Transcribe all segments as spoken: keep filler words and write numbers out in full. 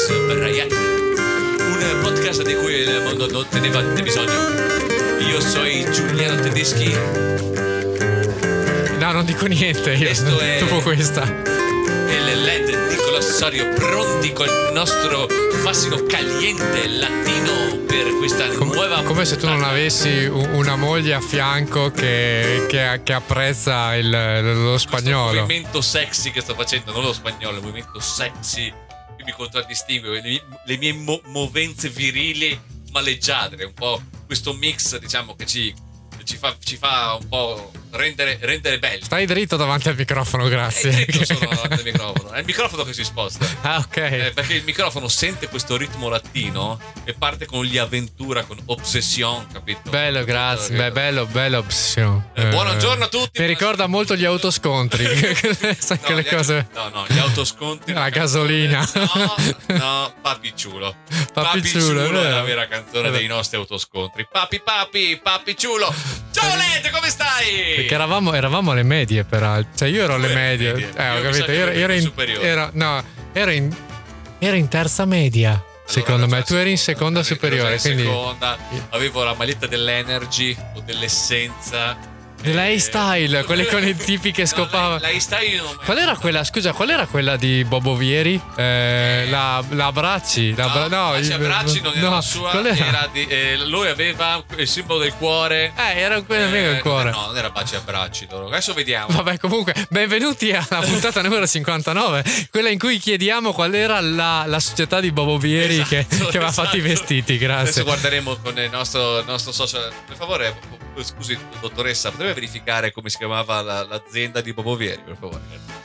Sbraiati, un podcast di cui il mondo non teneva bisogno. Io sono Giuliano Tedeschi. No, non dico niente io Questo è dopo questa. il L E D Nicola Sorio, pronti con il nostro fascino caliente latino per questa Com- nuova come se tu non avessi u- una moglie a fianco che, che, che apprezza il, lo spagnolo. Il movimento sexy che sto facendo, non lo spagnolo, il movimento sexy che mi contraddistingue, le, le mie mo- movenze virili maleggiate, un po' questo mix, diciamo, che ci, ci, fa, ci fa un po' rendere, rendere belli. Stai dritto davanti al microfono, grazie. È dritto sono davanti al microfono, è il microfono che si sposta. Ah, ok. Eh, perché il microfono sente questo ritmo latino e parte con gli avventura, con Obsession, capito? Bello, grazie. Beh, bello, bello Obsession. Eh, buongiorno a tutti. Mi ricorda molto gli autoscontri. Sai che No, le gli- cose. No, no, gli autoscontri. La gasolina. No, no, Papi Ciulo. Papi Ciulo, è è vero. la vera canzone dei nostri autoscontri. Papi, papi, Papi Ciulo. Ciao Led, come stai? Perché eravamo, eravamo alle medie, peraltro. Cioè, io ero alle Tu eri medie. medie. Eh, ho Io mi sa capito. che Io ero, ero ero in in. superiore. Ero, no, ero in. Ero in terza media. Secondo Allora, me, tu eri in seconda, seconda ero già superiore. in Quindi. seconda, avevo la maglietta dell'Energy o dell'Essenza. Della A-Style, quelle con le tipi che No, scopavano. La A-Style non Qual era quella? Scusa, qual era quella di Bobo Vieri? Eh, la, la Abbracci. La, No, no, Abbracci, il- Abbracci non era no, la sua, qual era? era di, eh, lui aveva il simbolo del cuore. Eh, era quella Eh, mega il cuore. No, non era Baci e Abbracci loro. Adesso vediamo. Vabbè, comunque, benvenuti alla puntata numero cinquantanove, quella in cui chiediamo qual era la, la società di Bobo Vieri Esatto, che, che aveva esatto. fatto i vestiti. Grazie. Adesso guarderemo con il nostro, il nostro social. Per favore, scusi, dottoressa, potrebbe verificare come si chiamava la- l'azienda di Bobo Vieri, per favore?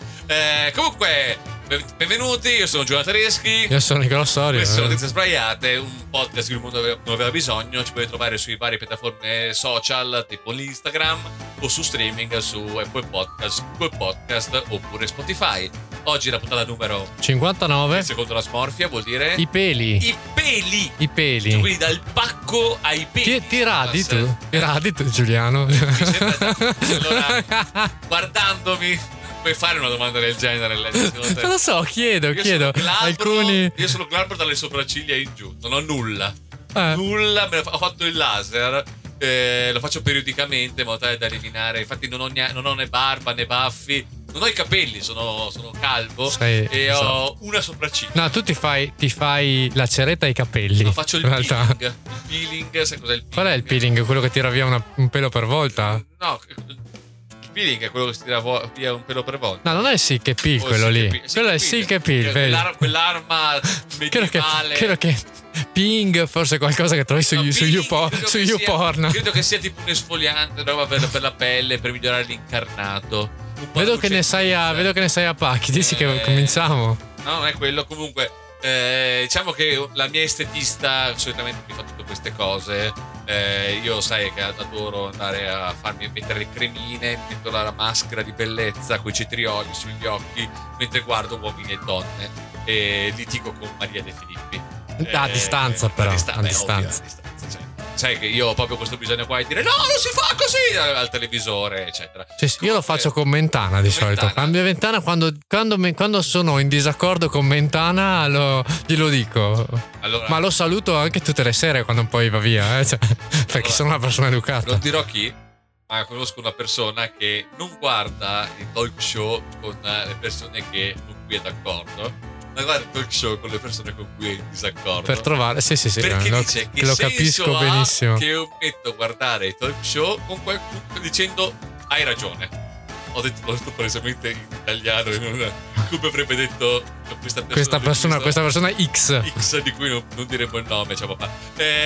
Eh, comunque, ben- benvenuti, io sono Giuliano Tedeschi. Io sono Nicola Sorio. Queste sono eh. Notizie Sbraiate, un podcast che il mondo aveva- non aveva bisogno. Ci potete trovare sui vari piattaforme social, tipo l'Instagram, o su streaming su Apple Podcast, Google Podcast oppure Spotify. Oggi la puntata numero, cinquantanove. secondo la smorfia, vuol dire I peli. i peli. I peli. Quindi dal pacco ai peli. Ti, ti radi tu? Eh, Ti radi tu, Giuliano? Mi sembra allora, guardandomi, puoi fare una domanda del genere? Lei, secondo te? Non lo so, chiedo, Io chiedo. sono glabro, Alcuni. Io sono glabro dalle sopracciglia in giù, non ho nulla. Eh. Nulla, me ne fa- ho fatto il laser. eh, lo faccio periodicamente in modo tale da eliminare. Infatti, non ho, nia- non ho né barba né baffi, non ho i capelli, sono, sono calvo. Sei- e esatto. ho una sopracciglia. No, tu ti fai, ti fai la ceretta ai capelli. No, faccio il in realtà. peeling. Il peeling, sai cos'è il peeling? Qual è il peeling? Quello che tira via una- un pelo per volta? No, il peeling è quello che si tira vo- via un pelo per volta. No, non è il silk e peel O quello silk lì. e peel. Quello è il silk e peel, vedi? Quell'ar- Quell'arma Credo che, medievale. credo che Ping forse qualcosa che trovi su, No, su, peeling YouPorn, credo su che sia- YouPorn. Credo che sia tipo un esfoliante, roba per, per la pelle, per migliorare l'incarnato. Un po' Vedo di che, ne sai a, lucentezza. vedo che ne sai a pacchi. Dici Eh, che cominciamo. No, non è quello. Comunque, eh, diciamo che la mia estetista solitamente mi fa tutte queste cose. Eh, io sai che adoro andare a farmi mettere le cremine, metto la maschera di bellezza con i cetrioli sugli occhi mentre guardo uomini e donne e litigo con Maria De Filippi. A distanza, però, A, distan- a beh, distanza. ovvio, a distanza, cioè. Sai che io ho proprio questo bisogno qua di dire no, non si fa così al, al televisore, eccetera. Cioè, io lo Comunque- faccio con Mentana di Con solito. Mentana. Cambio Mentana quando, quando, me- quando sono in disaccordo con Mentana lo, glielo dico. Allora, Ma lo saluto anche tutte le sere quando poi va via, eh, cioè, perché Allora, sono una persona educata. non dirò chi, ma conosco una persona che non guarda i talk show con eh, le persone che, con cui è d'accordo, ma guarda il talk show con le persone con cui è in disaccordo. Per trovare, sì, sì, sì, Perché lo, dice che lo senso capisco ha benissimo. che io metto a guardare i talk show con qualcuno dicendo hai ragione. Ho detto, l'ho detto palesemente in italiano, in una, come avrebbe detto questa persona. Questa persona, di questa persona X. X di cui non, non diremo il nome, ciao papà.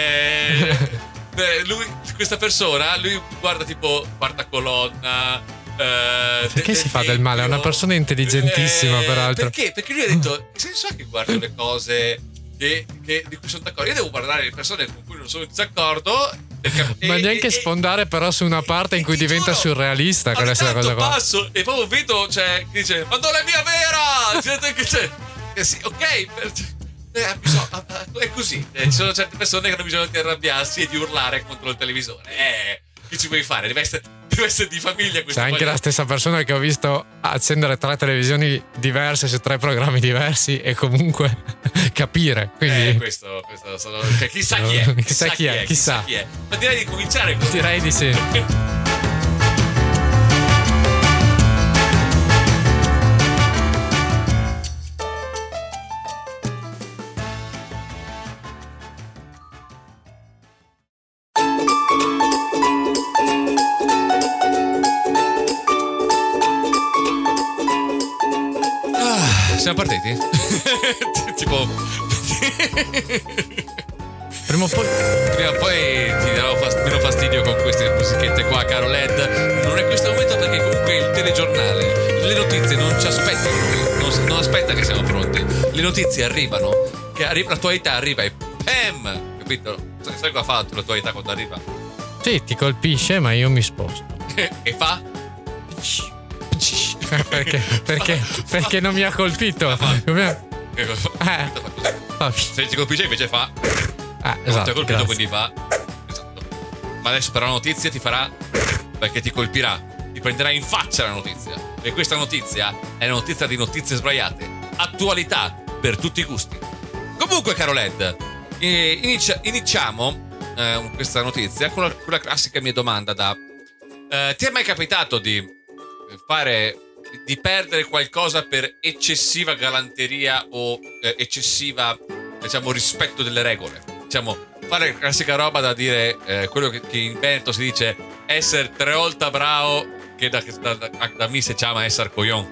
Eh, beh, lui, questa persona, lui guarda tipo quarta colonna. Eh, Perché de- si del fa del male? È una Tempio. persona intelligentissima, Eh, peraltro. Perché? Perché lui ha detto: che senso ha che guardo le cose che, che- di cui sono d'accordo? Io devo guardare le persone con cui non sono in disaccordo. perché- Ma e- neanche e- sfondare però su una parte in e cui ti diventa giuro, surrealista ogni questa tanto cosa qua. passo e proprio vedo, cioè, che dice: ma non è mia vera! Cioè, che c'è? Eh sì, ok, per- eh, ha bisogno- ah, ah, è così. Eh, ci sono certe persone che hanno bisogno di arrabbiarsi e di urlare contro il televisore. Eh, che ci vuoi fare? Deve essere, deve essere di famiglia questa C'è anche cosa. la stessa persona che ho visto accendere tre televisioni diverse su tre programmi diversi e comunque capire. Quindi Eh, questo, questo sono, cioè, chissà chi è. Chissà chi è, chissà. chi è. Ma direi di cominciare con... direi di sì. Siamo partiti? Tipo Prima o poi prima o poi ti darò fast- meno fastidio con queste musichette qua, caro Led. Non è questo momento perché comunque il telegiornale, le notizie non ci aspettano, non, non aspetta che siamo pronti. Le notizie arrivano, che arriva, la tua età arriva e pam, capito? Sai, sai cosa fa la tua età quando arriva? sì, ti colpisce, ma io mi sposto. E fa? perché perché perché non mi ha colpito. Come- E cosa fa? Eh. Fa così. Se ti colpisce invece fa. Ah, Non ti esatto, ha colpito, grazie. quindi fa. Esatto. Ma adesso però la notizia ti farà. Perché ti colpirà. Ti prenderà in faccia la notizia. E questa notizia è la notizia di notizie sbagliate. Attualità per tutti i gusti. Comunque, caro Led, eh, inicia- iniziamo eh, questa notizia con la, con la classica mia domanda da. eh, ti è mai capitato di fare. di perdere qualcosa per eccessiva galanteria o eh, eccessiva, diciamo, rispetto delle regole? Diciamo, fare la classica roba da dire, eh, quello che, che in Veneto si dice essere tre volte bravo, che da, da, da, da me si chiama essere coglion.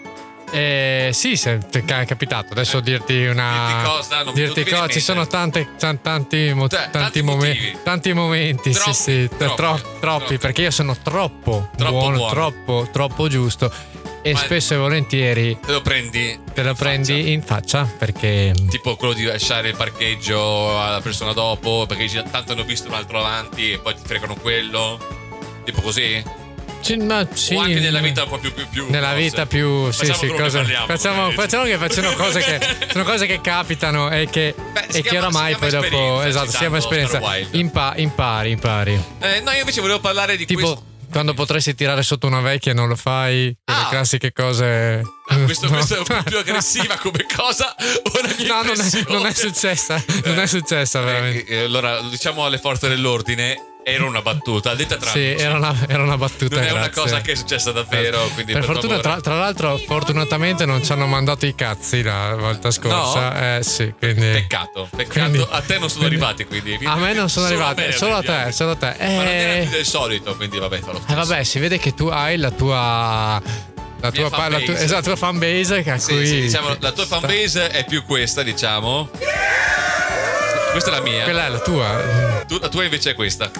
Eh, sì, se ti è capitato. Adesso dirti una. Dirti cosa? Non mi- dirti non ti viene in cosa. Ci mente. sono tante, tan- tanti, mo- Cioè, tanti, tanti momen- motivi. tanti momenti. Troppi, sì, sì, troppi, tro- troppi. troppi. Perché io sono troppo, Troppo buono, buono. troppo, troppo giusto. E Ma- spesso e volentieri Te lo prendi. te lo in prendi faccia. in faccia perché. Tipo quello di lasciare il parcheggio alla persona dopo, perché dici, tanto hanno visto un altro avanti e poi ti fregano quello. Tipo così? Sì, ma sì, O anche nella vita un po' più più, più nella cose. vita più sì, Facciamo sì, quello che cose- parliamo, facciamo, magari. facciamo che facciano cose che sono cose che capitano e che, Beh, si e che chiama- oramai si poi chiama dopo esperienza, esatto si chiama citando esperienza Oscar Wilde. Impa- impari impari Eh, no, io invece volevo parlare di tipo questo. quando potresti tirare sotto una vecchia e non lo fai quelle Ah. classiche cose. Ah, questo, No. questo è un po' più aggressiva come cosa. O la mia no non è, impressione? non è successa non è successa veramente. Eh, eh, allora, diciamo alle forze dell'ordine, era una battuta, detta tra Sì, amici. era una, era una battuta. Non è una grazie. cosa che è successa davvero. Quindi per per fortuna, favore. tra, tra l'altro, fortunatamente non ci hanno mandato i cazzi la volta scorsa. Eh sì, quindi. Peccato, peccato. Quindi- a te non sono quindi- arrivati, quindi. A me non sono Solo arrivate, me solo a te, arrivati. solo a te. Ma non era Eh, più del solito, quindi vabbè, fa lo stesso. eh, vabbè, si vede che tu hai la tua. La tua, Mia pa- la tua, fanbase. esatto, tua fanbase a Sì, cui. sì, diciamo, la tua sta- fanbase è più questa, diciamo. Questa è la mia. Quella è la tua. Tu- la tua invece è questa.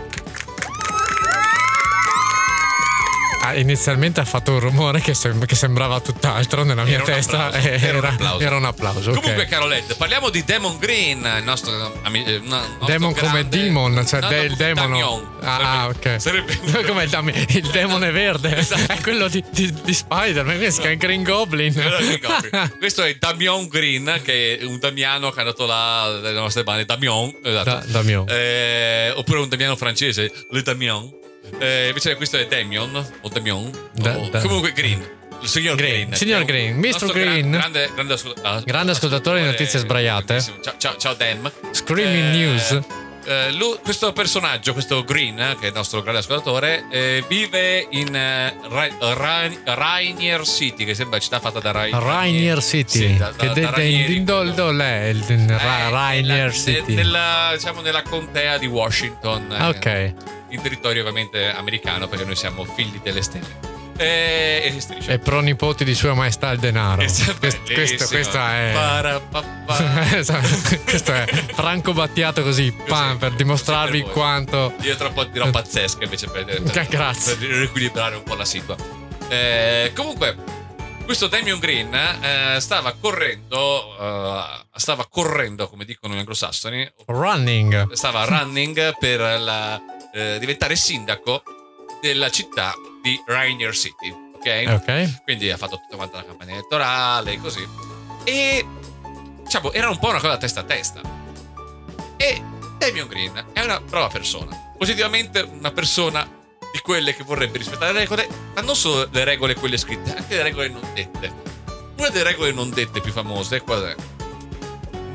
Ah, inizialmente ha fatto un rumore che, sem- che sembrava tutt'altro nella mia Era un testa. applauso, e era un Era, applauso. era un applauso. ok. Comunque, caro Led, parliamo di Demon Green, il nostro amico. Demon come demon, cioè no, de- no, il demono. Damion. Ah, ah, ok. Sarebbe Come il, dam- il demone verde, Esatto. è quello di, di, di Spider-Man, che si chiama Green Goblin. Era Green Goblin. Questo è Damion Green, che è un Damiano che è andato là dalle nostre bande. Damion, esatto. Da- Damion. Eh, oppure un Damiano francese, Le Damion. Eh, invece questo è Damion o Damion. Da- o- da- comunque Green. Il signor Green. Green. Signor È un- Green. mister nostro gran- Green. Grande, grande, ascol- ah, Grande ascoltatore di notizie sbraiate. grandissimo. Ciao, ciao, ciao Dem. Screaming News. eh, lui- questo personaggio, questo Green, eh, che è il nostro grande ascoltatore, eh, vive in eh, Ra- Ra- Rainier City, che sembra città fatta da Rainier, Rainier City. Sì, da, da, che de- da de- Ranieri, in dol- quello. dol è il il Ra- Eh, Rainier nella- City. nella, diciamo nella contea di Washington, eh, Ok. in territorio ovviamente americano, perché noi siamo figli delle stelle. E, e strisce. E pronipoti di Sua Maestà il denaro. Questo è Questo, questo, bellissimo. questo è. Parapapà. Esatto, questo è Franco Battiato così, pam, per dimostrarvi per voi. quanto. Io troppo dirò pazzesca invece per, per, Che grazie. per riequilibrare un po' la situa. Eh, comunque, questo Damian Green eh, stava correndo, eh, stava correndo, come dicono gli anglosassoni, Running. stava running per la, eh, diventare sindaco della città di Rainier City, ok? Ok. Quindi ha fatto tutta quanta la campagna elettorale e così. E diciamo, era un po' una cosa da testa a testa. E Damian Green è una brava persona. Positivamente una persona di quelle che vorrebbe rispettare le regole, ma non solo le regole quelle scritte, anche le regole non dette. Una delle regole non dette più famose qual è?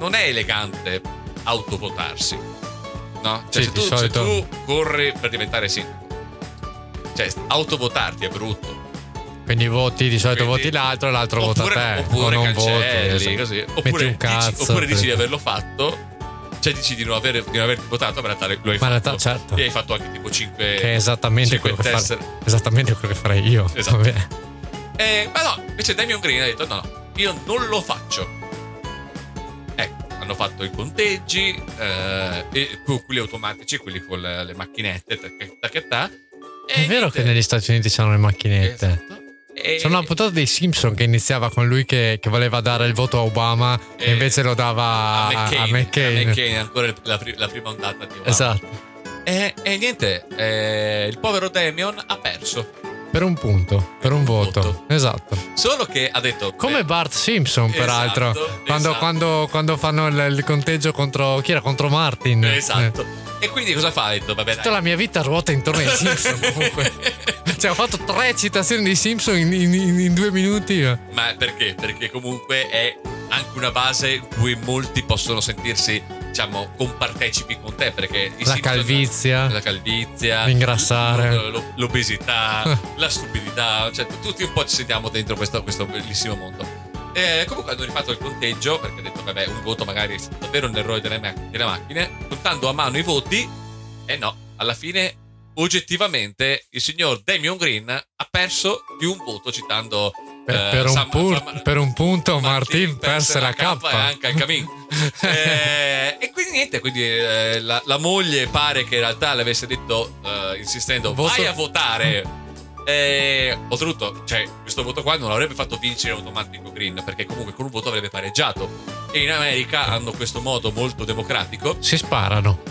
non è elegante autovotarsi, no? Cioè, Sì, se, di tu, se solito- tu corri per diventare sindaco, cioè autovotarti è brutto. Quindi voti, di solito Quindi- voti l'altro e l'altro vota oppure, te. oppure o non cancelli, voti. esatto. così. Metti Oppure, un cazzo. dici, oppure dici di per- averlo fatto, cioè dici di non, aver, di non averti votato, ma in realtà lo hai Ma in fatto. realtà, certo. E hai fatto anche tipo cinque Che è esattamente quello che, tessere. fa- esattamente quello che farei io. Esatto. Vabbè. Eh, ma no, invece Damian Green ha detto no, no, io non lo faccio. Ecco, hanno fatto i conteggi, eh, e que- quelli automatici, quelli con le, le macchinette, tac- tac- tac, e È vero niente. che negli Stati Uniti c'hanno le macchinette. Esatto. E- C'è una puntata dei Simpson che iniziava con lui che, che voleva dare il voto a Obama e, E- invece lo dava a a, McCain, a McCain. a McCain, ancora il- la, pri- la prima ondata di Obama. Esatto. E, e niente, eh, il povero Damian ha perso. Per un punto, per un Un voto. voto. Esatto. Solo che ha detto Come eh, Bart Simpson, peraltro. Esatto, quando, esatto. Quando, quando fanno il, il conteggio contro. Chi era? Contro Martin. Esatto. Eh. E quindi cosa fa? Ha detto, vabbè, Tutta dai. la mia vita ruota intorno ai Simpson. Comunque. Cioè, ho fatto tre citazioni dei Simpson in, in- in- in due minuti. Ma perché? Perché comunque è anche una base in cui molti possono sentirsi, diciamo, compartecipi con te. Perché i La Simpson- calvizia. la calvizia, L'ingrassare. l- l- l'obesità, la stupidità, cioè t- tutti un po' ci sentiamo dentro questo, questo bellissimo mondo. E comunque hanno rifatto il conteggio perché ha detto, vabbè, un voto magari è stato davvero un errore delle, ma- delle macchine, contando a mano i voti, e no, alla fine oggettivamente il signor Damian Green ha perso di un voto, citando Per, eh, per un, Sam- pur- Sam- per un punto Martin Martin perse la K. e anche il Camin. Eh, e quindi niente, quindi eh, la, la moglie pare che in realtà le avesse detto, eh, insistendo, Voto- vai a votare. E oltretutto, cioè, questo voto qua non l'avrebbe fatto vincere in automatico Green, perché comunque con un voto avrebbe pareggiato. E in America hanno questo modo molto democratico. Si sparano.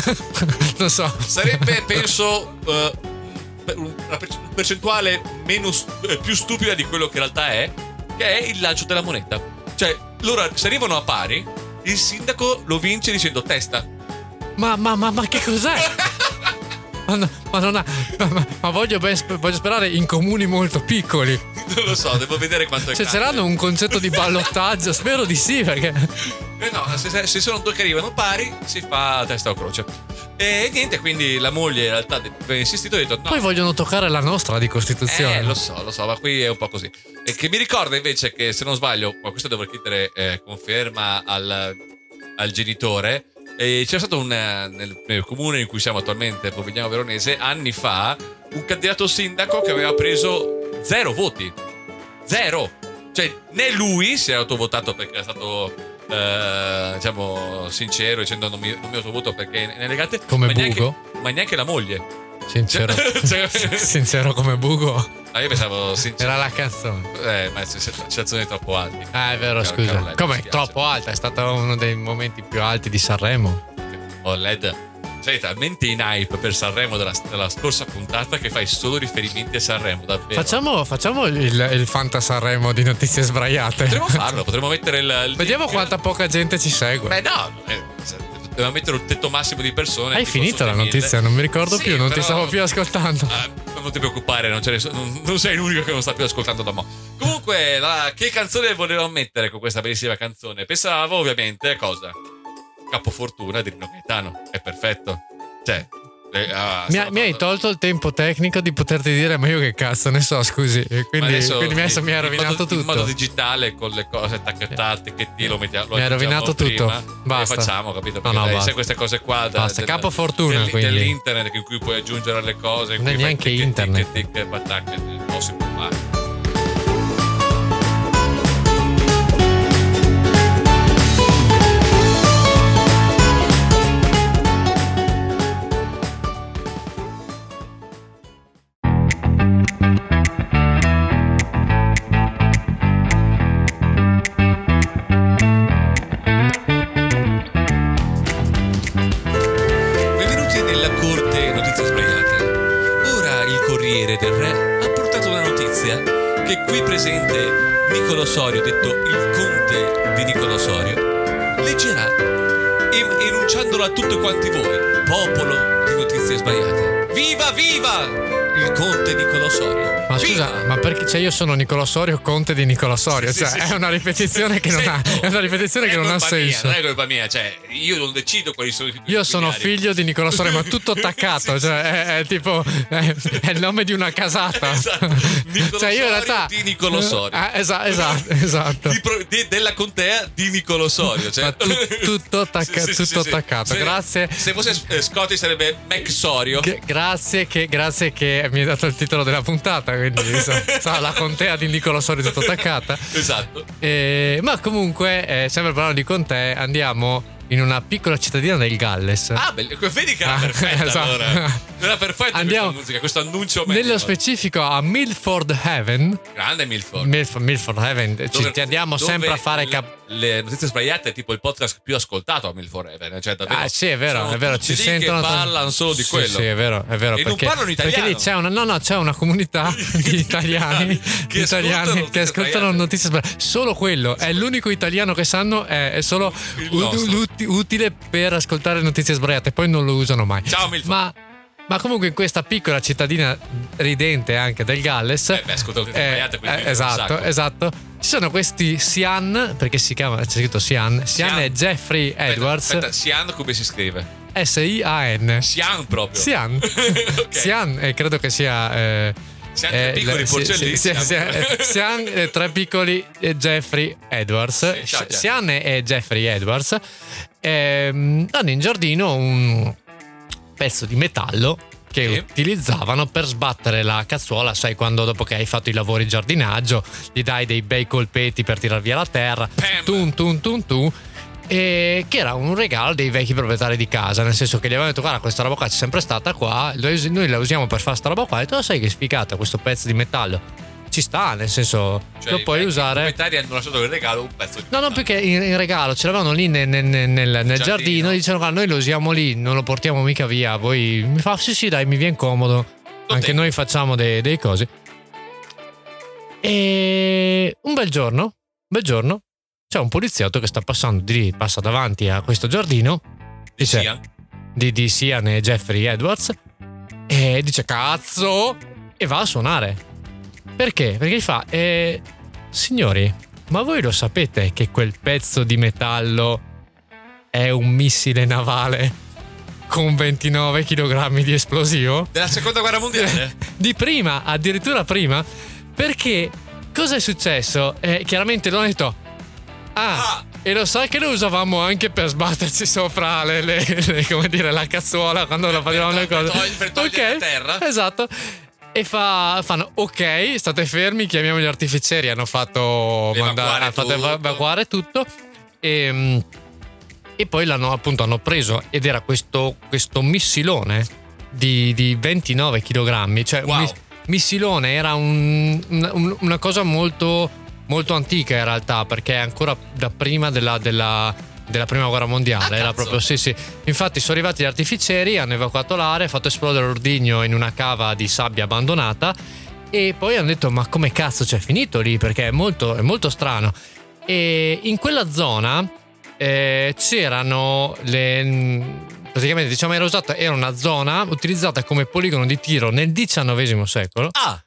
Lo so. Sarebbe, penso, eh, una per- percentuale meno st- eh, più stupida di quello che in realtà è, che è il lancio della moneta. Cioè, loro se arrivano a pari, il sindaco lo vince dicendo testa. Ma, ma, ma, ma che cos'è? Ma, no, ma non ha, ma, ma- ma voglio, ben sp- voglio sperare in comuni molto piccoli. Non lo so, devo vedere quanto è Cioè, grande. ce l'hanno un concetto di ballottaggio? Spero di sì, perché. Eh no, se, se- se sono due che arrivano pari, si fa testa o croce. E niente, quindi la moglie in realtà aveva insistito e ha detto no. Poi vogliono toccare la nostra di Costituzione. Eh, lo so, lo so, ma qui è un po' così. E che mi ricorda invece che, se non sbaglio, ma questo devo chiedere eh, conferma al, al genitore. E c'era stato un, nel, nel comune in cui siamo attualmente, Pomigliano Veronese, anni fa, un candidato sindaco che aveva preso zero voti. Zero. Cioè, né lui si era autovotato perché era stato, eh, diciamo, sincero, dicendo non mi, non mi autovoto perché è elegante. Come ma neanche, Bugo? ma neanche la moglie. Sincero. Cioè- Sincero come Bugo. Ah, io pensavo sincero. Era la canzone. Eh, ma c'è citazioni troppo alti. Ah, è vero, Caro- scusa. caro Led, mi Come? spiace. Troppo alta. È stato uno dei momenti più alti di Sanremo. Oh, Led, sei talmente in hype per Sanremo della, della scorsa puntata che fai solo riferimenti a Sanremo, davvero. Facciamo, facciamo il, il Fanta Sanremo di notizie sbraiate. Potremmo farlo, potremmo mettere il. il Vediamo link. quanta poca gente ci segue. Beh, no, eh, dobbiamo mettere un tetto massimo di persone. Hai tipo finito la sotto i mille. notizia? Non mi ricordo Sì, più, non ti però- stavo più ascoltando. Ah, non ti preoccupare, non, ce ne so- non, non sei l'unico che non sta più ascoltando da mo'. Comunque, la- che canzone volevamo mettere con questa bellissima canzone? Pensavo ovviamente a cosa? Capofortuna di Rino Gaetano. È perfetto. Cioè, eh, ah, Mi, ha- stiamo mi hai parlando- tolto il tempo tecnico di poterti dire, ma io che cazzo ne so, scusi. E Ma Quindi, adesso quindi mi, hai- in- mi hai in rovinato modo, tutto. In modo digitale, con le cose tacchettate, che ti lo mettiamo. Lo Mi hai aggiungiamo rovinato tutto. prima, Basta. E facciamo, capito? No, Perché no, dai, basta. sai queste cose qua. da- Basta, della- capofortuna, del- quindi. Dell'internet in cui puoi aggiungere le cose. In Non è cui fai neanche tic, tic, internet. tic, tic, patacche, non si può fare. Benvenuti nella corte notizie sbagliate. Ora il Corriere del Re ha portato una notizia che qui presente Nicolò Sorio, detto il conte di Nicolò Sorio, leggerà em- enunciandola a tutti quanti voi, popolo di notizie sbagliate. Viva, viva il conte Nicolò Sorio. Ma Viva! scusa, ma perché cioè io sono Nicolò Sorio, conte di Nicolò Sorio, Sì, cioè sì, è sì. una ripetizione che non ha, è una ripetizione che non ha senso. Non è colpa mia, cioè io non decido quali sono i titoli. Io sono nobiliari. figlio di Nicolò Sorio, ma tutto attaccato, Sì, cioè è, è tipo è, è il nome di una casata. Esatto. Nicolò Cioè io in Sorio realtà di Nicolò Sorio. Eh, esa- esatto, esatto. Di pro- di- della contea di Nicolò Sorio, cioè. Ma tu- tutto attacca- Sì, sì, sì, tutto sì. attaccato. Se- Grazie. Se fosse eh, Scotty sarebbe Mac Sorio. Che- grazie, che, grazie che mi hai dato il titolo della puntata, quindi sa, sa, la contea di Nicolò Sorio tutto attaccata. Esatto. Eh, ma comunque, eh, sempre parlando di contee, andiamo in una piccola cittadina del Galles. Ah, bello. Vedi che era Ah, perfetta esatto. allora. Era perfetta Andiamo. questa musica, questo annuncio medio. Nello specifico a Milford Haven. Grande Milford. Milf- Milford Haven, ci Dove- ci andiamo dove sempre a fare le, cap- le notizie sbagliate è tipo il podcast più ascoltato a Milford Haven, cioè davvero. Ah, sì, è vero, sono è vero, tutti ci lì sentono che tan- parlano solo di Sì, quello. Sì, è vero, è vero. E non perché, parlano italiano. Perché lì c'è una, no, no, c'è una comunità di italiani Che di ascoltano italiani notizie che ascoltano sbagliate. notizie sbagliate. Solo quello, è l'unico italiano che sanno, è, è solo Il u- nostro. uti- utile per ascoltare notizie sbagliate, poi non lo usano mai. Ciao, Milford. Ma, ma comunque in questa piccola cittadina ridente anche del Galles. Eh, beh, ascoltano notizie sbagliate, quindi eh, un esatto, sacco. esatto. Ci sono questi Sian, perché si chiama, c'è scritto Sian, Sian, Sian. e Jeffrey Aspetta, Edwards. Aspetta, Sian come si scrive? S I A N. Sian proprio. Sian. Ok. Sian, e credo che sia. Eh, Sian tre piccoli sì, porcellini, sì, sì, Sian. sì, eh, Sian e tre piccoli e Jeffrey Edwards. Sì, ciao, Jeffrey. Sian e Jeffrey Edwards ehm, hanno in giardino un pezzo di metallo che Sì. utilizzavano per sbattere la cazzuola, sai, quando dopo che hai fatto i lavori di giardinaggio gli dai dei bei colpetti per tirar via la terra, Pam. tum tum tum tum, e che era un regalo dei vecchi proprietari di casa, nel senso che gli avevano detto: guarda, questa roba qua c'è sempre stata qua, noi la usiamo per fare sta roba qua, e tu sai che sfigata, questo pezzo di metallo ci sta, nel senso Cioè, lo i puoi vecchi usare. proprietari hanno lasciato il regalo un pezzo di No, no, perché in, in regalo ce l'avevano lì nel, nel- nel- nel giardino. giardino. Dicevano: guarda, noi lo usiamo lì, non lo portiamo mica via. Voi mi fa: sì, sì, dai, mi viene comodo. Anche tengo. noi facciamo dei, dei cosi. E un bel giorno, un bel giorno, c'è un poliziotto che sta passando di lì, passa davanti a questo giardino. di Dice, Sian. di, di Sian e Jeffrey Edwards, e dice: cazzo, e va a suonare. Perché? Perché gli fa: eh, signori, ma voi lo sapete che quel pezzo di metallo è un missile navale con ventinove chilogrammi di esplosivo? Della seconda guerra mondiale? Di prima, addirittura prima. Perché cosa è successo? Eh, chiaramente l'ho detto: ah, Ah. e lo sai che lo usavamo anche per sbatterci sopra le, le- le- come dire, la cazzuola quando la facevamo le per cose. togli- per togliere la terra? Esatto. E fa, fanno: ok, state fermi, chiamiamo gli artificieri. Hanno fatto Evacuare mandare, hanno fatto tutto. evacuare tutto. E, e poi l'hanno appunto hanno preso, ed era questo, questo missilone di, di ventinove chilogrammi. Cioè, Wow. un mis- missilone era un- un- una cosa molto, molto antica in realtà, perché è ancora da prima della, della, della prima guerra mondiale. Ah, era cazzo. proprio, sì, sì. Infatti sono arrivati gli artificieri, hanno evacuato l'area, fatto esplodere l'ordigno in una cava di sabbia abbandonata, e poi hanno detto: ma come cazzo c'è finito lì? Perché è molto, è molto strano. E in quella zona eh, c'erano le... praticamente, diciamo, era usata, era una zona utilizzata come poligono di tiro nel diciannovesimo secolo Ah,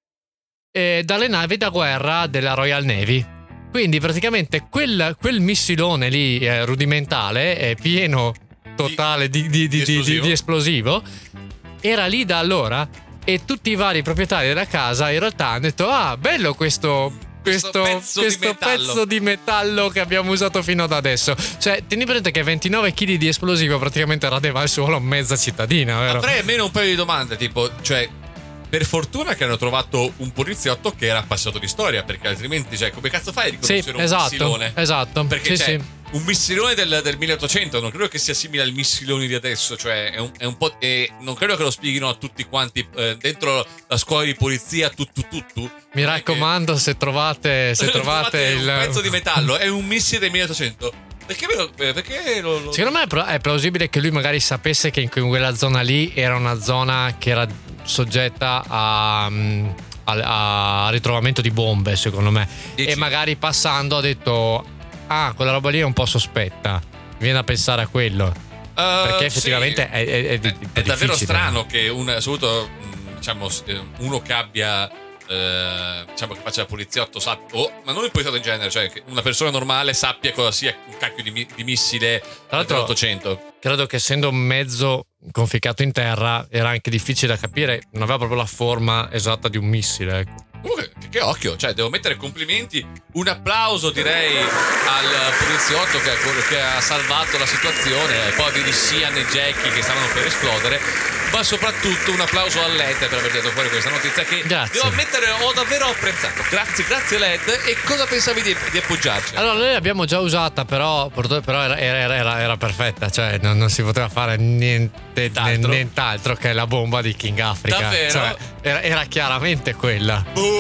eh, dalle navi da guerra della Royal Navy. Quindi praticamente quel, quel missilone lì eh, rudimentale, eh, pieno totale di, di- di- di di- di- esplosivo. di esplosivo, era lì da allora, e tutti i vari proprietari della casa in realtà hanno detto: ah, bello questo, questo, Questo pezzo di questo metallo." pezzo di metallo che abbiamo usato fino ad adesso. Cioè, tieni presente che ventinove chili di esplosivo praticamente radeva al suolo mezza cittadina, vero? avrei almeno un paio di domande, tipo, cioè, per fortuna che hanno trovato un poliziotto che era passato di storia, perché altrimenti, cioè, come cazzo fai a Sì, riconoscere un esatto, missilone? esatto. Perché Sì, c'è sì. un missilone del, del milleottocento, non credo che sia simile al missilone di adesso, cioè è un, è un po'. E non credo che lo spieghino a tutti quanti eh, dentro la scuola di polizia, tutto, tutto. Mi raccomando, se trovate, se trovate il un pezzo di metallo, è un missile del milleottocento. Perché, me lo, perché lo, lo- Secondo me è pro- è plausibile che lui magari sapesse che in quella zona lì era una zona che era soggetta a, mm, a, a ritrovamento di bombe, secondo me. Dici? E magari passando ha detto: ah, quella roba lì è un po' sospetta. Viene a pensare a quello. Perché effettivamente sì. è, è, è, è, è davvero difficile. strano che un, soprattutto, diciamo, uno che abbia eh, diciamo che faccia il poliziotto sappia, oh, ma non il poliziotto in genere, cioè che una persona normale sappia cosa sia un cacchio di, mi, di missile dell'Ottocento. Credo che essendo mezzo conficcato in terra era anche difficile da capire, non aveva proprio la forma esatta di un missile, ecco. Comunque, che occhio, cioè devo mettere complimenti, un applauso direi al poliziotto che ha, che ha salvato la situazione, ai poveri Sian e Jackie che stavano per esplodere, ma soprattutto un applauso a Led per aver dato fuori questa notizia che grazie. Devo ammettere ho davvero apprezzato. Grazie, grazie Led. E cosa pensavi di, di appoggiarci? Allora, noi l'abbiamo già usata, però, però era, era, era, era perfetta, cioè non, non si poteva fare niente, nient'altro che la bomba di King Africa. Davvero? Cioè, era, era chiaramente quella. Oh!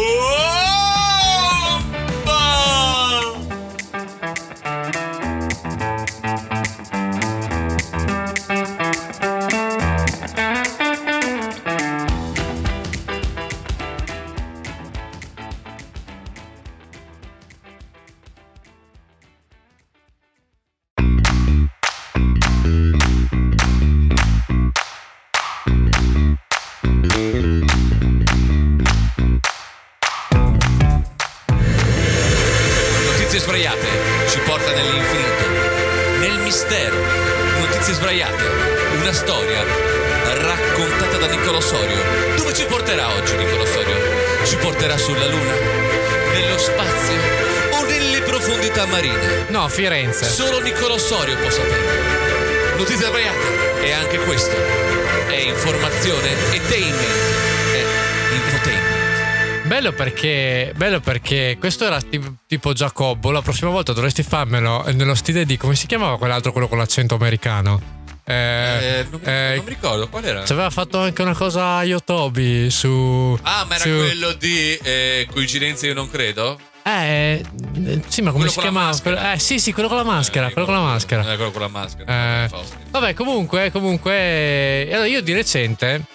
Sbraiate ci porta nell'infinito, nel mistero. Notizie sbraiate, una storia raccontata da Nicolò Sorio. Dove ci porterà oggi Nicolò Sorio? Ci porterà sulla luna, nello spazio o nelle profondità marine? No, Firenze. Solo Nicolò Sorio può sapere. Notizie sbraiate, e anche questo è informazione, edutainment, è infotainment. Bello perché, bello perché questo era tipo, tipo Giacobbo. La prossima volta dovresti farmelo nello stile di, come si chiamava quell'altro, quello con l'accento americano? Eh, eh, non, mi, eh, non mi ricordo qual era. Ci aveva fatto anche una cosa a Yotobi su. Ah, ma era su, quello di eh, Coincidenze io non credo? Eh, sì, ma come quello si chiamava? Eh, sì, sì, quello con la maschera. Eh, quello con la maschera. Eh, quello con la maschera. Eh, vabbè, comunque, comunque. Allora, io di recente.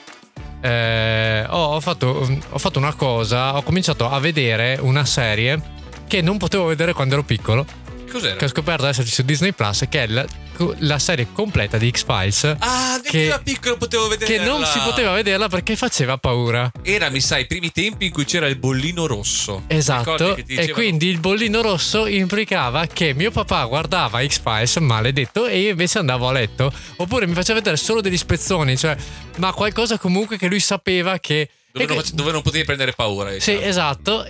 Eh, ho, ho, fatto, ho fatto una cosa, ho cominciato a vedere una serie che non potevo vedere quando ero piccolo. Cos'era? Che ho scoperto esserci su Disney Plus, che è la, la serie completa di X-Files. Ah, che da piccolo potevo vederla. Che non si poteva vederla perché faceva paura. Era, mi sa, i primi tempi in cui c'era il bollino rosso. Esatto. Dicevano... E quindi il bollino rosso implicava che mio papà guardava X-Files, maledetto, e io invece andavo a letto. Oppure mi faceva vedere solo degli spezzoni, cioè, ma qualcosa comunque che lui sapeva che. Dove, che... non, dove non potevi prendere paura, diciamo. Sì, esatto.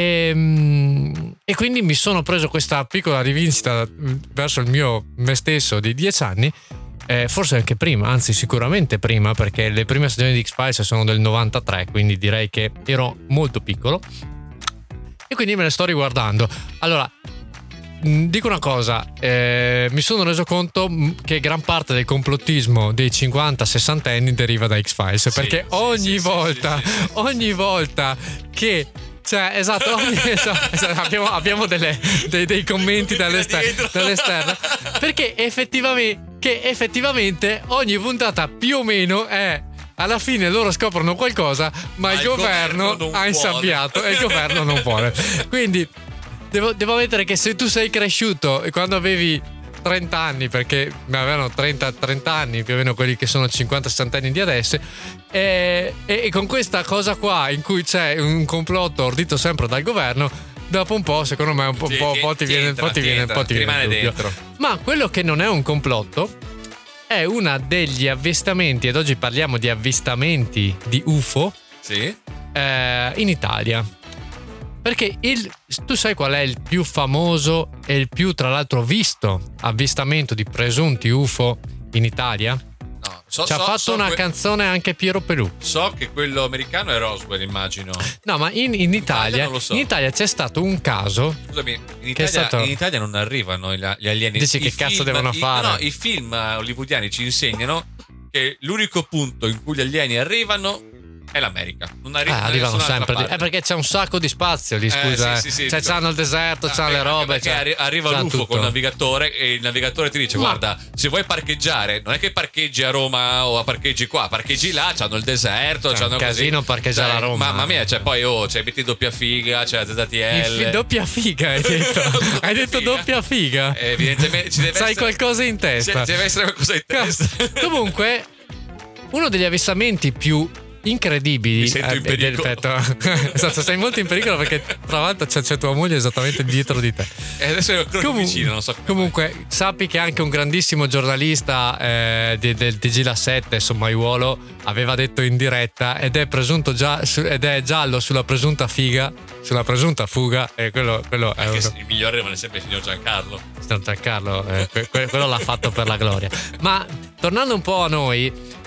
E, e quindi mi sono preso questa piccola rivincita verso il mio me stesso di dieci anni. Eh, forse anche prima, anzi sicuramente prima, perché le prime stagioni di X-Files sono del novantatré, quindi direi che ero molto piccolo. E quindi me le sto riguardando. Allora, dico una cosa, eh, mi sono reso conto che gran parte del complottismo dei cinquanta sessantenni deriva da X-Files, sì, perché sì, ogni sì, volta sì, sì, sì. ogni volta che cioè esatto, ogni, esatto, esatto abbiamo, abbiamo delle, dei, dei commenti dall'esterno, dall'esterno perché effettivamente che effettivamente ogni puntata più o meno è alla fine loro scoprono qualcosa, ma, ma il, il governo, governo ha insabbiato e il governo non vuole. Quindi Devo, devo ammettere che se tu sei cresciuto e quando avevi trenta anni, perché avevano trenta, trenta anni più o meno quelli che sono cinquanta sessanta anni di adesso, e, e, e con questa cosa qua in cui c'è un complotto ordito sempre dal governo, dopo un po' secondo me un po', ti, po', ti, po ti, ti viene, entra, po ti viene, entra, po ti viene rimane dentro. Ma quello che non è un complotto è una degli avvistamenti, ed oggi parliamo di avvistamenti di U F O, sì? eh, in Italia. Perché il, tu sai qual è il più famoso e il più, tra l'altro, visto avvistamento di presunti U F O in Italia? No, so, ci ha so, fatto so una que- canzone anche Piero Pelù. So che quello americano è Roswell, immagino. No, ma in, in Italia, in, so. in Italia c'è stato un caso. Scusami, in Italia, stato... in Italia non arrivano gli alieni. Dici che film, cazzo devono i, fare? No, i film hollywoodiani ci insegnano che l'unico punto in cui gli alieni arrivano è l'America. Non arri- eh, arrivano sempre di- è perché c'è un sacco di spazio lì, scusa. Eh, sì, sì, sì, cioè, dico... c'hanno il deserto, c'hanno le robe. Cioè, arri- arriva l'U F O con il navigatore e il navigatore ti dice: Ma... guarda, se vuoi parcheggiare, non è che parcheggi a Roma o a parcheggi qua, parcheggi là, c'hanno il deserto, c'è c'hanno un casino così. parcheggiare cioè, a Roma. Mamma mia, cioè poi oh, c'è metti doppia figa, c'è la Z T L. Il, doppia figa hai detto. Hai detto figa. doppia figa. Eh, evidentemente ci deve Sai essere... qualcosa in testa. Ci deve essere qualcosa in testa. Comunque, uno degli avvistamenti più incredibili. Mi sento in pericolo. Esatto, sei molto in pericolo perché tra l'altro c'è, c'è tua moglie esattamente dietro di te. E adesso è ancora Comun- vicino, non so come Comunque, mai. sappi che anche un grandissimo giornalista eh, del, del T G La sette, Sommaiuolo, aveva detto in diretta ed è presunto già su, ed è giallo sulla presunta figa, sulla presunta fuga. E quello, quello è uno... uno... il migliore rimane sempre il signor Giancarlo. Signor Giancarlo, eh, que- quello l'ha fatto per la gloria. Ma tornando un po' a noi,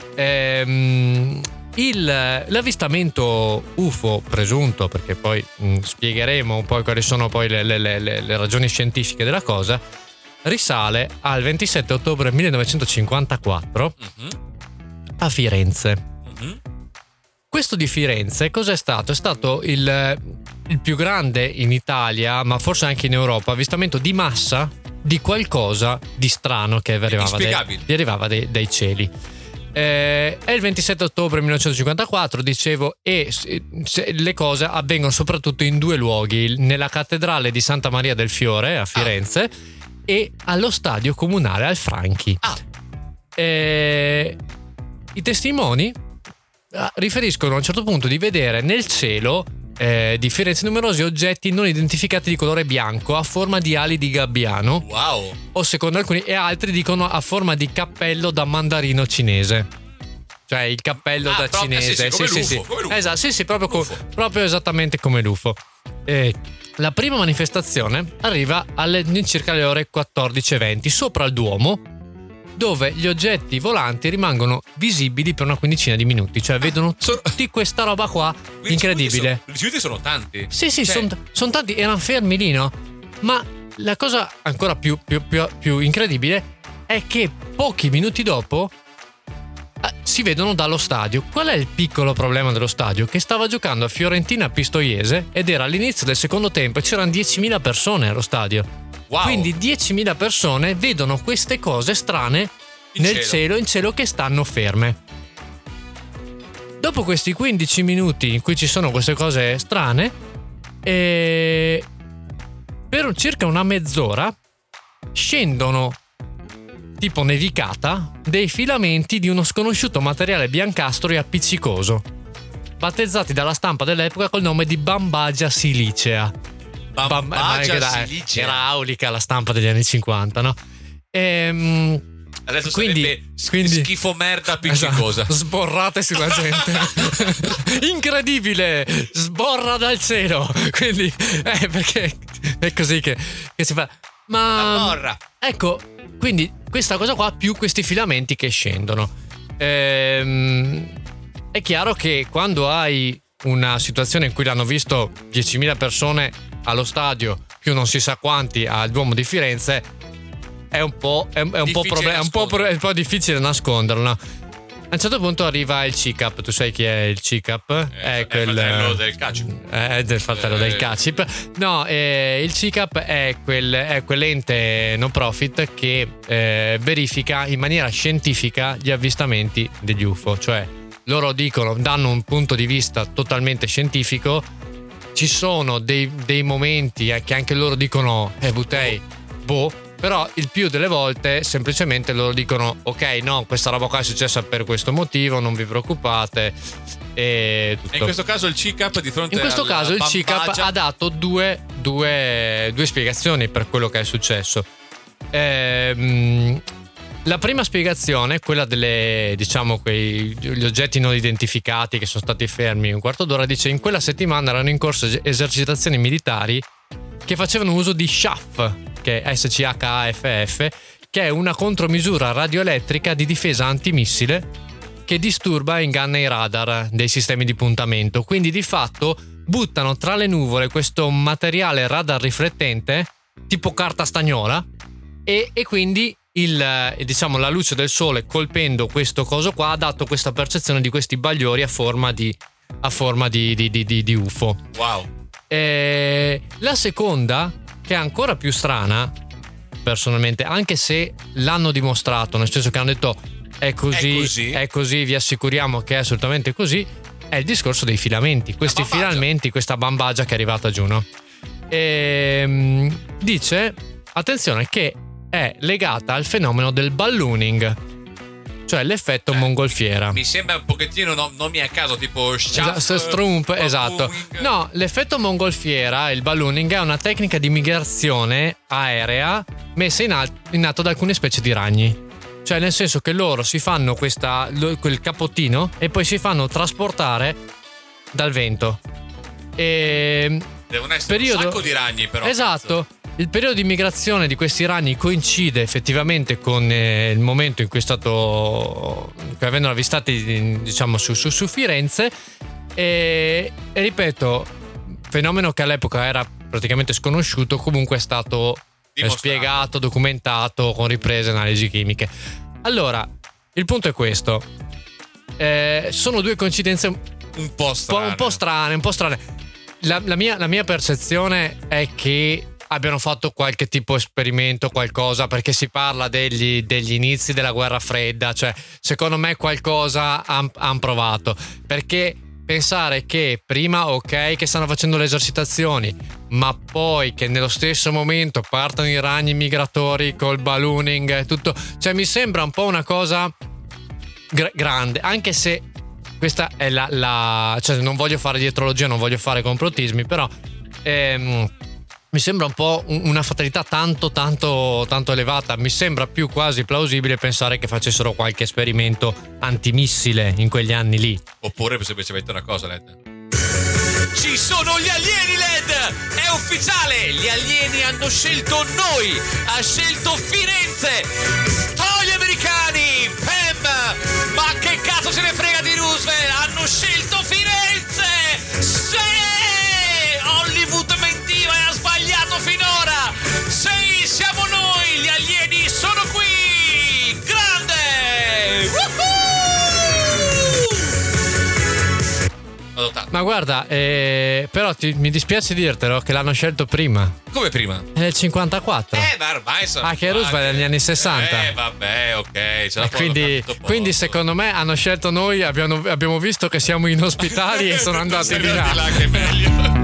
ehm, Il, l'avvistamento U F O presunto, perché poi mh, spiegheremo un po' quali sono poi le, le, le, le ragioni scientifiche della cosa, risale al ventisette ottobre millenovecentocinquantaquattro uh-huh. a Firenze. Uh-huh. Questo di Firenze cos'è stato? È stato il, il più grande in Italia, ma forse anche in Europa, avvistamento di massa di qualcosa di strano che arrivava, dai, arrivava dai, dai cieli. Eh, è il ventisette ottobre millenovecentocinquantaquattro, dicevo, e se, le cose avvengono soprattutto in due luoghi: nella cattedrale di Santa Maria del Fiore a Firenze ah. e allo stadio comunale al Franchi. Ah. Eh, I testimoni riferiscono a un certo punto di vedere nel cielo eh, di Firenze numerosi oggetti non identificati di colore bianco a forma di ali di gabbiano. Wow. O secondo alcuni, e altri dicono a forma di cappello da mandarino cinese. Cioè il cappello ah, da proprio, cinese. Sì, sì, sì, sì, sì, l'U F O, sì. Esatto, sì, sì, proprio, co- proprio esattamente come l'U F O. E la prima manifestazione arriva alle circa le ore quattordici e venti sopra il Duomo, dove gli oggetti volanti rimangono visibili per una quindicina di minuti, cioè vedono tutti questa roba qua incredibile. I rifiuti sono tanti. Sì, sì, cioè... sono son tanti, erano fermi lì, no? Ma la cosa ancora più, più, più, più incredibile è che pochi minuti dopo eh, si vedono dallo stadio. Qual è il piccolo problema dello stadio? Che stava giocando a Fiorentina Pistoiese ed era all'inizio del secondo tempo e c'erano diecimila persone allo stadio. Wow. Quindi diecimila persone vedono queste cose strane in nel cielo. cielo, in cielo che stanno ferme. Dopo questi quindici minuti in cui ci sono queste cose strane, eh, per circa una mezz'ora scendono, tipo nevicata, dei filamenti di uno sconosciuto materiale biancastro e appiccicoso, battezzati dalla stampa dell'epoca col nome di Bambagia silicea. Bambagia era, silicea. Era aulica la stampa degli anni cinquanta, no? Ehm, Adesso quindi, sarebbe quindi, schifo merda appiccicosa. Esatto, sborrate sulla gente. Incredibile! Sborra dal cielo. Quindi, eh, perché è così che, che si fa. Ma ecco, quindi questa cosa qua più questi filamenti che scendono. Ehm, è chiaro che quando hai una situazione in cui l'hanno visto diecimila persone allo stadio più non si sa quanti al Duomo di Firenze, è un po' è, è un po' problema, è un po', è un po' difficile nasconderlo, no? A un certo punto arriva il C I C A P. Tu sai chi è il C I C A P? È, è quel, il fratello del Cacip. È del fratello eh, del Cacip. No, eh, il C I C A P è, quel, è quell'ente no profit che eh, verifica in maniera scientifica gli avvistamenti degli U F O. Cioè loro dicono, danno un punto di vista totalmente scientifico. Ci sono dei, dei momenti che anche loro dicono eh Butei, boh, però il più delle volte semplicemente loro dicono ok, no, questa roba qua è successa per questo motivo, non vi preoccupate. E, tutto. e in questo caso il C I C A P di fronte in questo alla caso il Bambagia... C I C A P ha dato due, due, due spiegazioni per quello che è successo. Ehm, la prima spiegazione, quella delle, diciamo, quei gli oggetti non identificati che sono stati fermi un quarto d'ora, dice in quella settimana erano in corso esercitazioni militari che facevano uso di S C H A F, che è S C H A F F, che è una contromisura radioelettrica di difesa antimissile che disturba e inganna i radar dei sistemi di puntamento. Quindi di fatto buttano tra le nuvole questo materiale radar riflettente tipo carta stagnola e, e quindi il, eh, diciamo, la luce del sole colpendo questo coso qua ha dato questa percezione di questi bagliori a forma di, a forma di, di, di, di, di U F O. Wow. E la seconda, che è ancora più strana personalmente, anche se l'hanno dimostrato, nel senso che hanno detto è così, è così, è così, vi assicuriamo che è assolutamente così, è il discorso dei filamenti, questi filamenti, questa bambagia che è arrivata giù, no? E dice, attenzione, che è legata al fenomeno del ballooning, cioè l'effetto eh, mongolfiera. Mi sembra un pochettino no, nomi a caso, tipo Schaff, Strump, esatto. No, l'effetto mongolfiera, il ballooning, è una tecnica di migrazione aerea messa in, al- in atto da alcune specie di ragni. Cioè, nel senso che loro si fanno questa, quel capottino e poi si fanno trasportare dal vento. E devono essere periodo... un sacco di ragni, però. Esatto. Cazzo. Il periodo di migrazione di questi ragni coincide effettivamente con eh, il momento in cui è stato che vengono avvistati, diciamo, su, su, su Firenze e, e ripeto, fenomeno che all'epoca era praticamente sconosciuto, comunque è stato eh, spiegato, documentato con riprese e analisi chimiche. Allora, il punto è questo. Eh, sono due coincidenze un po' strane. Un po' strane, un po' strane. La, la, mia, la mia percezione è che abbiano fatto qualche tipo di esperimento, qualcosa, perché si parla degli, degli inizi della guerra fredda, cioè secondo me qualcosa hanno han provato, perché pensare che prima ok che stanno facendo le esercitazioni, ma poi che nello stesso momento partano i ragni migratori col ballooning e tutto, cioè mi sembra un po' una cosa gra- grande, anche se questa è la, la cioè non voglio fare dietrologia, non voglio fare complottismi, però ehm, mi sembra un po' una fatalità tanto tanto tanto elevata. Mi sembra più quasi plausibile pensare che facessero qualche esperimento antimissile in quegli anni lì. Oppure semplicemente una cosa, Led. Ci sono gli alieni, Led! È ufficiale! Gli alieni hanno scelto noi! Ha scelto Firenze! Oh, gli americani! Pam! Ma che cazzo se ne frega di Roosevelt? Hanno scelto Firenze! Sì! Hollywood mentiva e ha sbagliato finora! Sì, siamo noi! Gli alieni sono qui! Grande! Woohoo! Ma guarda, eh, però ti, mi dispiace dirtelo che l'hanno scelto prima. Come prima? Nel cinquantaquattro. Eh, ma ormai sono. Ah, che Roosevelt negli anni sessanta. Eh, vabbè, ok. Ce la quindi, quindi secondo me hanno scelto noi, abbiamo, abbiamo visto che siamo inospitali e sono andati di là. Di là che è meglio.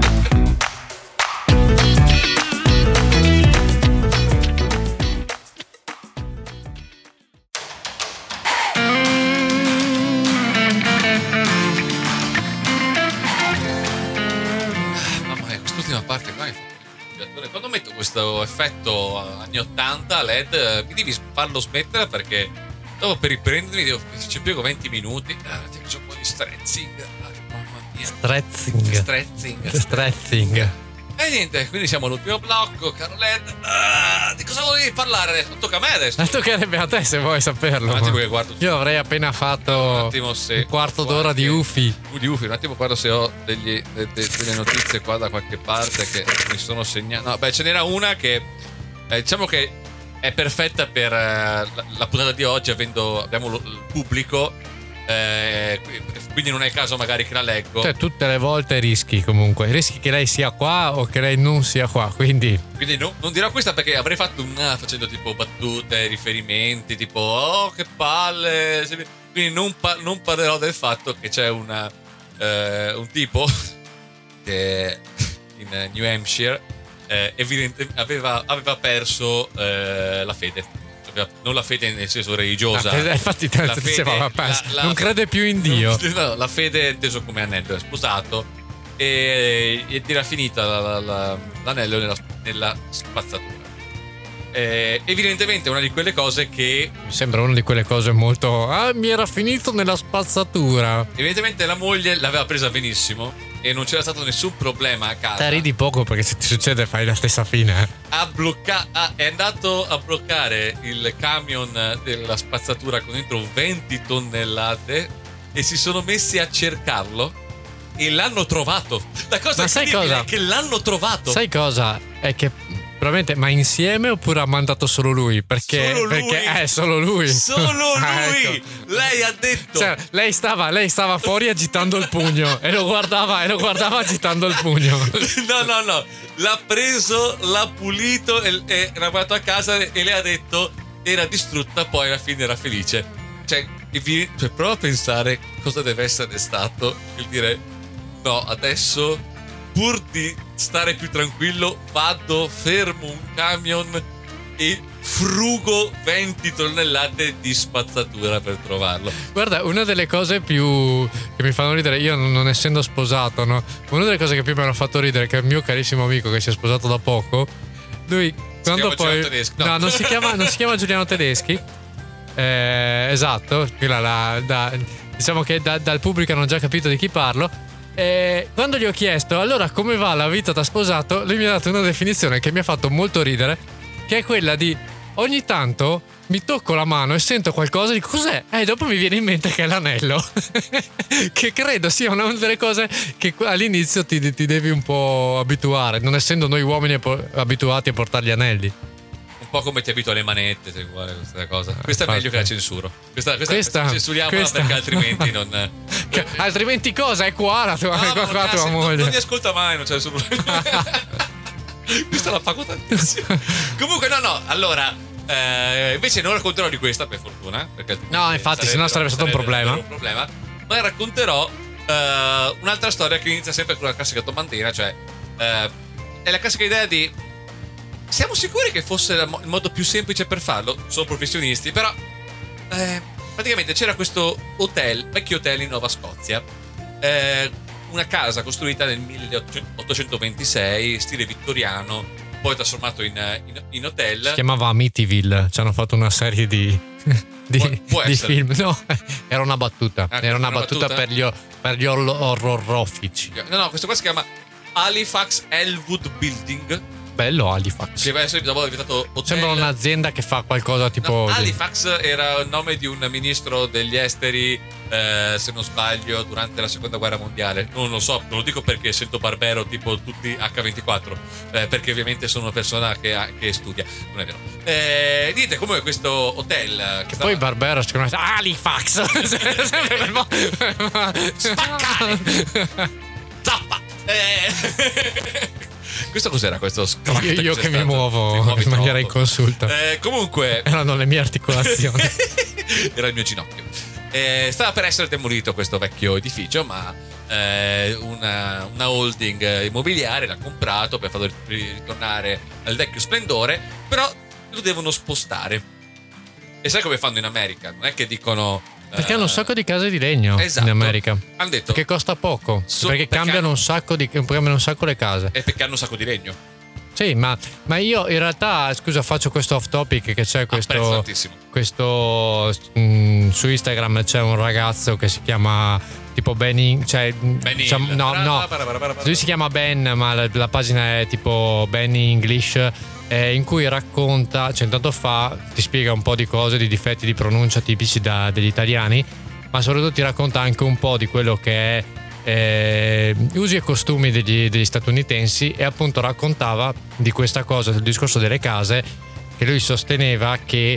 Parte qua, quando metto questo effetto anni ottanta Led mi devi farlo smettere, perché dopo per riprendermi devo, ci piego venti minuti, ah, ti faccio un po' di stretching, ah, mamma mia. Stretching Stretching Stretching E niente, quindi siamo all'ultimo blocco, caro Led. Ah, di cosa volevi parlare adesso? Tocca a me adesso. Ma toccherebbe a te se vuoi saperlo. Un attimo che guardo. Io avrei appena fatto un, attimo se un quarto d'ora di U F I. Di U F I, un attimo guardo se ho degli, de, de, delle notizie qua da qualche parte che mi sono segnate. No, beh, ce n'era una che eh, diciamo che è perfetta per eh, la, la puntata di oggi, avendo abbiamo lo, il pubblico. Eh, quindi non è il caso magari che la leggo. Cioè tutte le volte rischi, comunque rischi che lei sia qua o che lei non sia qua, quindi quindi no, non dirò questa perché avrei fatto una facendo tipo battute, riferimenti tipo oh che palle, quindi non, pa- non parlerò del fatto che c'è una eh, un tipo che in New Hampshire eh, evidentemente aveva, aveva perso eh, la fede. Non la fede nel senso religiosa, la fede, infatti te la fede, diceva, la, la, non crede più in Dio. No, la fede inteso come anello, è sposato e, ed era finita la, la, la, l'anello nella, nella spazzatura. Eh, evidentemente è una di quelle cose che mi sembra una di quelle cose molto ah mi era finito nella spazzatura. Evidentemente la moglie l'aveva presa benissimo e non c'era stato nessun problema a casa. Te ridi poco perché se ti succede fai la stessa fine. eh. Ha blocca- ha, è andato a bloccare il camion della spazzatura con dentro venti tonnellate e si sono messi a cercarlo e l'hanno trovato. La cosa Ma sai incredibile cosa? è che l'hanno trovato. Sai cosa? È che probabilmente, ma insieme oppure ha mandato solo lui? Perché, solo lui. perché è solo lui. Solo lui. Ah, ecco. Lei ha detto. Cioè, lei stava, lei stava fuori agitando il pugno e lo guardava e lo guardava agitando il pugno. No, no, no. L'ha preso, l'ha pulito e, e l'ha portato a casa e lei ha detto era distrutta, poi alla fine era felice. Cioè, vi, cioè prova a pensare cosa deve essere stato il dire no, adesso pur di stare più tranquillo vado, fermo un camion e frugo venti tonnellate di spazzatura per trovarlo. Guarda, una delle cose più che mi fanno ridere, io non, non essendo sposato, no? Una delle cose che più mi hanno fatto ridere è che il mio carissimo amico che si è sposato da poco, lui si quando chiama poi Giuliano Tedeschi, no. no, non si chiama, non si chiama Giuliano Tedeschi. Eh, esatto, la, la, da, diciamo che da, dal pubblico hanno già capito di chi parlo. E quando gli ho chiesto allora come va la vita da sposato, lui mi ha dato una definizione che mi ha fatto molto ridere, che è quella di ogni tanto mi tocco la mano e sento qualcosa e dico cos'è? E dopo mi viene in mente che è l'anello. Che credo sia una delle cose che all'inizio ti, ti devi un po' abituare, non essendo noi uomini abituati a portare gli anelli. Un po' come ti abito alle manette, se vuole questa cosa. Questa è meglio che la censuro. Questa, questa, questa censuriamola questa. Perché altrimenti non. Che, altrimenti cosa? È qua la tua, no, qua, qua tua moglie. Non, non mi ascolta mai, non c'è nessun problema. Questa la pago tantissimo. Comunque, no, no. Allora, eh, invece non racconterò di questa, per fortuna. Perché no, infatti, sennò sarebbe stato un problema. un problema. Ma racconterò eh, un'altra storia che inizia sempre con la classica domandina, cioè eh, è la classica idea di siamo sicuri che fosse il modo più semplice per farlo? Sono professionisti, però eh, praticamente c'era questo hotel, vecchio hotel in Nuova Scozia, eh, una casa costruita nel milleottocentoventisei, stile vittoriano, poi trasformato in, in, in hotel. Si chiamava Amityville, ci hanno fatto una serie di, di, può, può di film. No, era una battuta, ah, era una, una battuta, battuta per gli, per gli orrorifici. No, no, questo qua si chiama Halifax Elwood Building. Bello Halifax. Che adesso è diventato hotel. Sembra un'azienda che fa qualcosa tipo. No, Halifax era il nome di un ministro degli esteri, eh, se non sbaglio, durante la seconda guerra mondiale. Non lo so, non lo dico perché sento barbero tipo tutti acca ventiquattro, eh, perché ovviamente sono una persona che, ha, che studia. Non è vero. Eh, dite comunque questo hotel. Che poi barbero secondo me Halifax. Spaccare. Zappa. Eh. Questo cos'era questo io, io che mi muovo in maniera inconsulta. Eh, comunque erano le mie articolazioni. Era il mio ginocchio. Eh, stava per essere demolito questo vecchio edificio, ma eh, una, una holding immobiliare l'ha comprato per farlo ritornare al vecchio splendore, però lo devono spostare. E sai come fanno in America? Non è che dicono perché hanno un sacco di case di legno, esatto, in America. Hanno detto che costa poco. So, perché, perché cambiano hanno, un sacco di cambiano un sacco le case. E perché hanno un sacco di legno. Sì, ma, ma io in realtà, scusa, faccio questo off topic che c'è questo. Questo mh, su Instagram c'è un ragazzo che si chiama tipo Ben, cioè Ben diciamo, no, no. Lui si chiama Ben, ma la, la pagina è tipo Ben English. Eh, in cui racconta, cioè intanto fa, ti spiega un po' di cose, di difetti di pronuncia tipici da, degli italiani, ma soprattutto ti racconta anche un po' di quello che è eh, usi e costumi degli, degli statunitensi, e appunto raccontava di questa cosa, del discorso delle case, che lui sosteneva che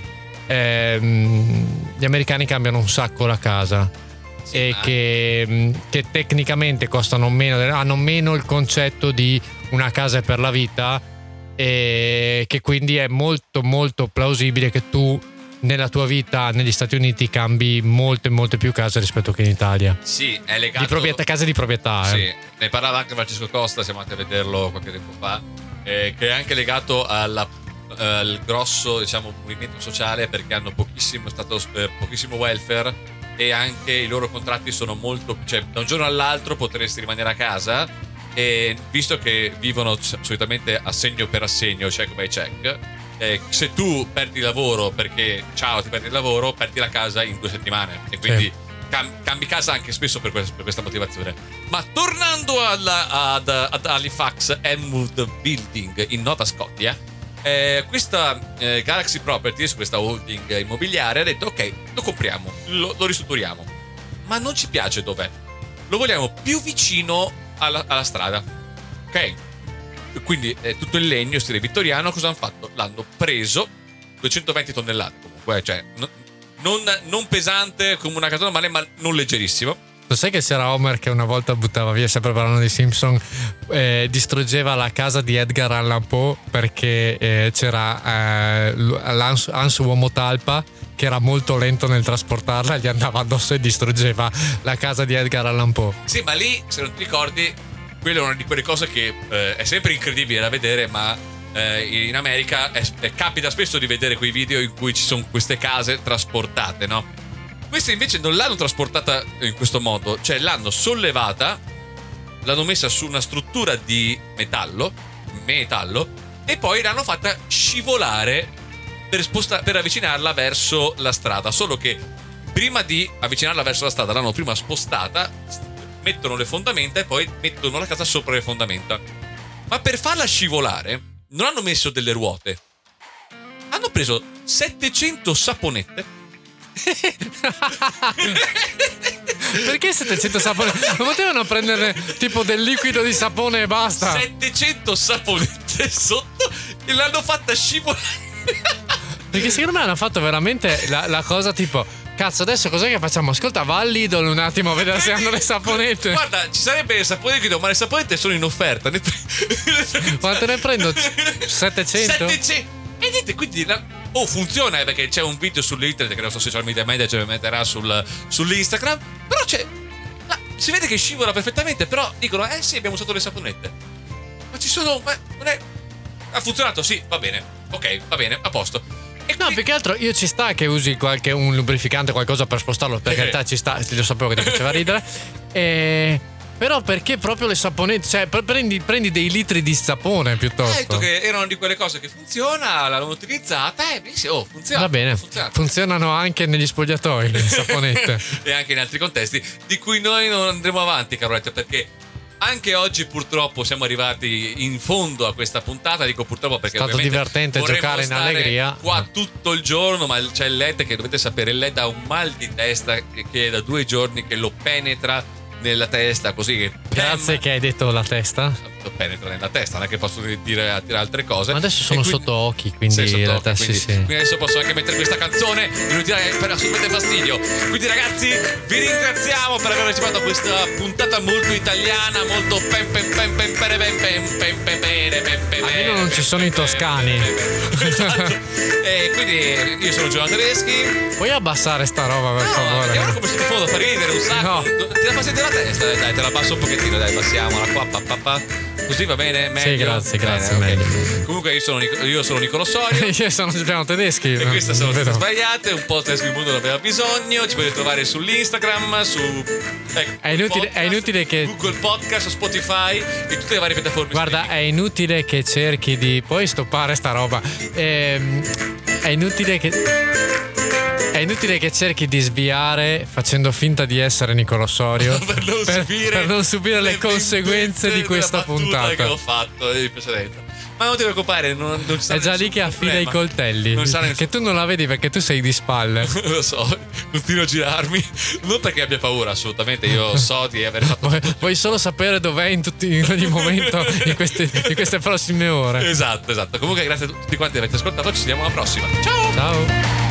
ehm, gli americani cambiano un sacco la casa. Sì, e che, che tecnicamente costano meno, hanno meno il concetto di una casa è per la vita, e che quindi è molto molto plausibile che tu nella tua vita negli Stati Uniti cambi molte molte più case rispetto che in Italia. Sì, è legato di proprietà, case di proprietà. Sì, eh. ne parlava anche Francesco Costa, siamo andati a vederlo qualche tempo fa, eh, che è anche legato alla, al grosso, diciamo, movimento sociale, perché hanno pochissimo stato eh, pochissimo welfare, e anche i loro contratti sono molto, cioè da un giorno all'altro potresti rimanere a casa. E visto che vivono solitamente assegno per assegno, check by check, eh, se tu perdi il lavoro perché ciao ti perdi il lavoro, perdi la casa in due settimane, e quindi sì. cam- cambi casa anche spesso per, questo, per questa motivazione. Ma tornando alla, ad, ad Halifax Elwood Building in Nuova Scozia, eh, questa eh, Galaxy Properties, questa holding immobiliare, ha detto ok, lo compriamo, lo, lo ristrutturiamo, ma non ci piace dov'è, lo vogliamo più vicino Alla, alla strada, ok? quindi è tutto in legno, stile vittoriano. Cosa hanno fatto? L'hanno preso, duecentoventi tonnellate comunque, cioè non, non, non pesante come una casa normale, ma non leggerissimo. Lo sai che c'era Homer che una volta buttava via, sempre parlando di Simpson, eh, distruggeva la casa di Edgar Allan Poe perché eh, c'era eh, l'Ans, Hans Uomo Talpa che era molto lento nel trasportarla, gli andava addosso e distruggeva la casa di Edgar Allan Poe. Sì, ma lì, se non ti ricordi, quella è una di quelle cose che eh, è sempre incredibile da vedere, ma eh, in America è, è, capita spesso di vedere quei video in cui ci sono queste case trasportate, no? Questa invece non l'hanno trasportata in questo modo, cioè l'hanno sollevata, l'hanno messa su una struttura di metallo, metallo, e poi l'hanno fatta scivolare per, sposta- per avvicinarla verso la strada. Solo che prima di avvicinarla verso la strada l'hanno prima spostata, mettono le fondamenta e poi mettono la casa sopra le fondamenta. Ma per farla scivolare non hanno messo delle ruote, hanno preso settecento saponette. Perché settecento sapone? Non potevano prendere tipo del liquido di sapone e basta. settecento saponette sotto e l'hanno fatta scivolare. Perché secondo me hanno fatto veramente la, la cosa tipo: cazzo, adesso cos'è che facciamo? Ascolta, va al Lidl un attimo a vedere se hanno le saponette. Guarda, ci sarebbe il sapone liquido, ma le saponette sono in offerta. Ne pre- Quanto ne prendo? settecento? settecento. E dite, quindi la... oh, funziona, perché c'è un video sull'internet che il nostro social media manager metterà sul, sull'Instagram. Però c'è la, si vede che scivola perfettamente. Però dicono, eh sì, abbiamo usato le saponette. Ma ci sono, ma non è... ha funzionato, sì, va bene. Ok, va bene, a posto. E no, più che altro io ci sta che usi qualche un lubrificante, qualcosa per spostarlo, per carità ci sta, lo sapevo che ti faceva ridere. E... però perché proprio le saponette? Cioè, prendi, prendi dei litri di sapone piuttosto. Hai detto che erano di quelle cose che funziona, l'hanno utilizzata e eh, oh, funziona. Va bene, funziona. Funzionano anche negli spogliatoi le saponette. E anche in altri contesti di cui noi non andremo avanti, Caroletta, perché anche oggi purtroppo siamo arrivati in fondo a questa puntata. Dico purtroppo perché è stato divertente giocare in allegria qua tutto il giorno, ma c'è il L E D che dovete sapere, il L E D ha un mal di testa che è da due giorni che lo penetra nella testa, così che grazie che hai detto la testa, lo penetra nella testa, non è che posso dire altre cose. Ma adesso sono quindi, sotto occhi, quindi sotto in realtà occhi, quindi, sì, sì. quindi adesso posso anche mettere questa canzone inutile per assolutamente fastidio. Quindi ragazzi, vi ringraziamo per aver partecipato a questa puntata molto italiana, molto pem pem pem pem pem pem pem pem pem pem pem. Almeno non ci sono i toscani. E quindi io sono Giovanni Tedeschi. Puoi abbassare sta roba per no, favore? Vediamo come si fondo, fa ridere un sacco. No. Ti la passi della testa, dai, te la passo un pochettino, dai, passiamola qua, pa, pa, pa. Così va bene? Meglio? Sì, grazie, grazie, bene, meglio. okay. Comunque io sono, Nic- io sono Nicolo Sorio. Io sono Giuliano Tedeschi. E queste sono tutte sbagliate, un podcast che il mondo non aveva bisogno. Ci potete trovare sull'Instagram, su ecco, è, inutile, podcast, è inutile che Google Podcast, Spotify e tutte le varie piattaforme. guarda, streaming. è inutile che cerchi di puoi stoppare sta roba. Ehm, è inutile che È inutile che cerchi di sviare facendo finta di essere Nicolo Sorio per, non per, subire, per non subire le, le conseguenze di questa puntata che ho fatto di precedenza. Ma non ti preoccupare, non, non è già lì che affila i coltelli, non che tu non la vedi perché tu sei di spalle. Lo so, continuo a girarmi, non perché abbia paura, assolutamente, io so di aver fatto vuoi, vuoi solo sapere dov'è in, tutti, in ogni momento in queste, in queste prossime ore. Esatto, esatto. Comunque grazie a tutti quanti che avete ascoltato, ci vediamo alla prossima. Ciao! Ciao!